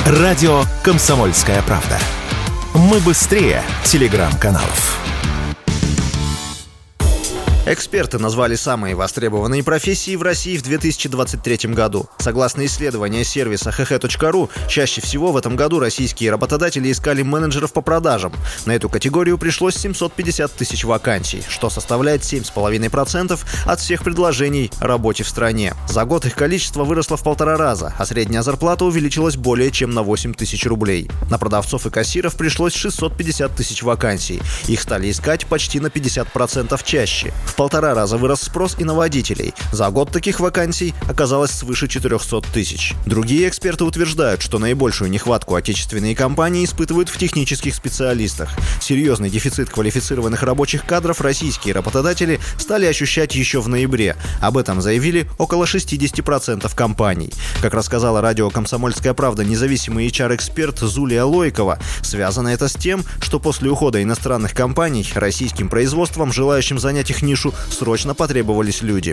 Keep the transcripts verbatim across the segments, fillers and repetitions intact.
Радио «Комсомольская правда». Мы быстрее телеграм-каналов. Эксперты назвали самые востребованные профессии в России в две тысячи двадцать третьем году. Согласно исследованию сервиса ха ха точка ру, чаще всего в этом году российские работодатели искали менеджеров по продажам. На эту категорию пришлось семьсот пятьдесят тысяч вакансий, что составляет семь целых пять десятых процента от всех предложений о работе в стране. За год их количество выросло в полтора раза, а средняя зарплата увеличилась более чем на восемь тысяч рублей. На продавцов и кассиров пришлось шестьсот пятьдесят тысяч вакансий. Их стали искать почти на пятьдесят процентов чаще. В полтора раза вырос спрос и на водителей. За год таких вакансий оказалось свыше четыреста тысяч. Другие эксперты утверждают, что наибольшую нехватку отечественные компании испытывают в технических специалистах. Серьезный дефицит квалифицированных рабочих кадров российские работодатели стали ощущать еще в ноябре. Об этом заявили около шестьдесят процентов компаний. Как рассказала радио «Комсомольская правда» независимый эйч ар-эксперт Зулия Лойкова, связано это с тем, что после ухода иностранных компаний российским производством, желающим занять их нишу, срочно потребовались люди.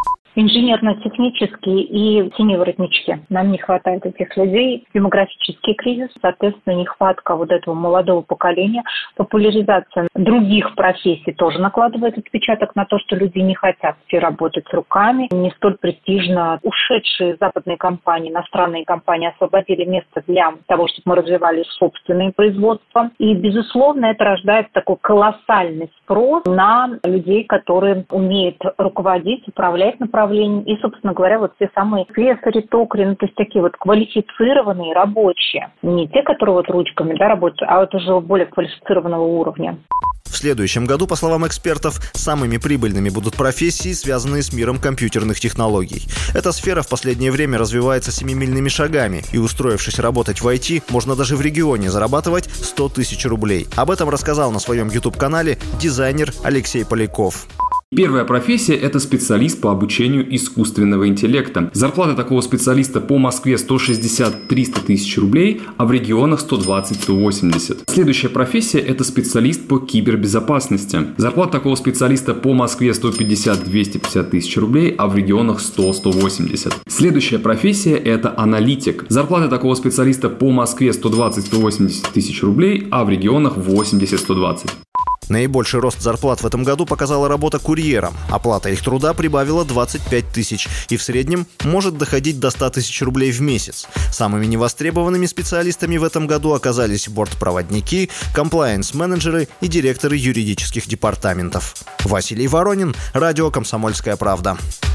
Инженерно-технические и синие воротнички. Нам не хватает этих людей. Демографический кризис, соответственно, нехватка вот этого молодого поколения, популяризация других профессий тоже накладывает отпечаток на то, что люди не хотят все работать руками. Не столь престижно ушедшие западные компании, иностранные компании освободили место для того, чтобы мы развивали собственные производства. И, безусловно, это рождает такой колоссальный спрос на людей, которые умеют руководить, управлять направлением. И, собственно говоря, вот все самые слесари, токари, ну, то есть такие вот квалифицированные рабочие. Не те, которые вот ручками, да, работают, а вот уже более квалифицированного уровня. В следующем году, по словам экспертов, самыми прибыльными будут профессии, связанные с миром компьютерных технологий. Эта сфера в последнее время развивается семимильными шагами, и, устроившись работать в ай ти, можно даже в регионе зарабатывать сто тысяч рублей. Об этом рассказал на своем YouTube-канале дизайнер Алексей Поляков. Первая профессия – это специалист по обучению искусственного интеллекта. Зарплата такого специалиста по Москве сто шестьдесят - триста тысяч рублей, а в регионах сто двадцать - сто восемьдесят. Следующая профессия – это специалист по кибербезопасности. Зарплата такого специалиста по Москве сто пятьдесят - двести пятьдесят тысяч рублей, а в регионах сто - сто восемьдесят. Следующая профессия – это аналитик. Зарплата такого специалиста по Москве сто двадцать - сто восемьдесят тысяч рублей, а в регионах восемьдесят - сто двадцать. Наибольший рост зарплат в этом году показала работа курьером. Оплата их труда прибавила двадцать пять тысяч и в среднем может доходить до ста тысяч рублей в месяц. Самыми невостребованными специалистами в этом году оказались бортпроводники, комплаенс-менеджеры и директоры юридических департаментов. Василий Воронин, радио «Комсомольская правда».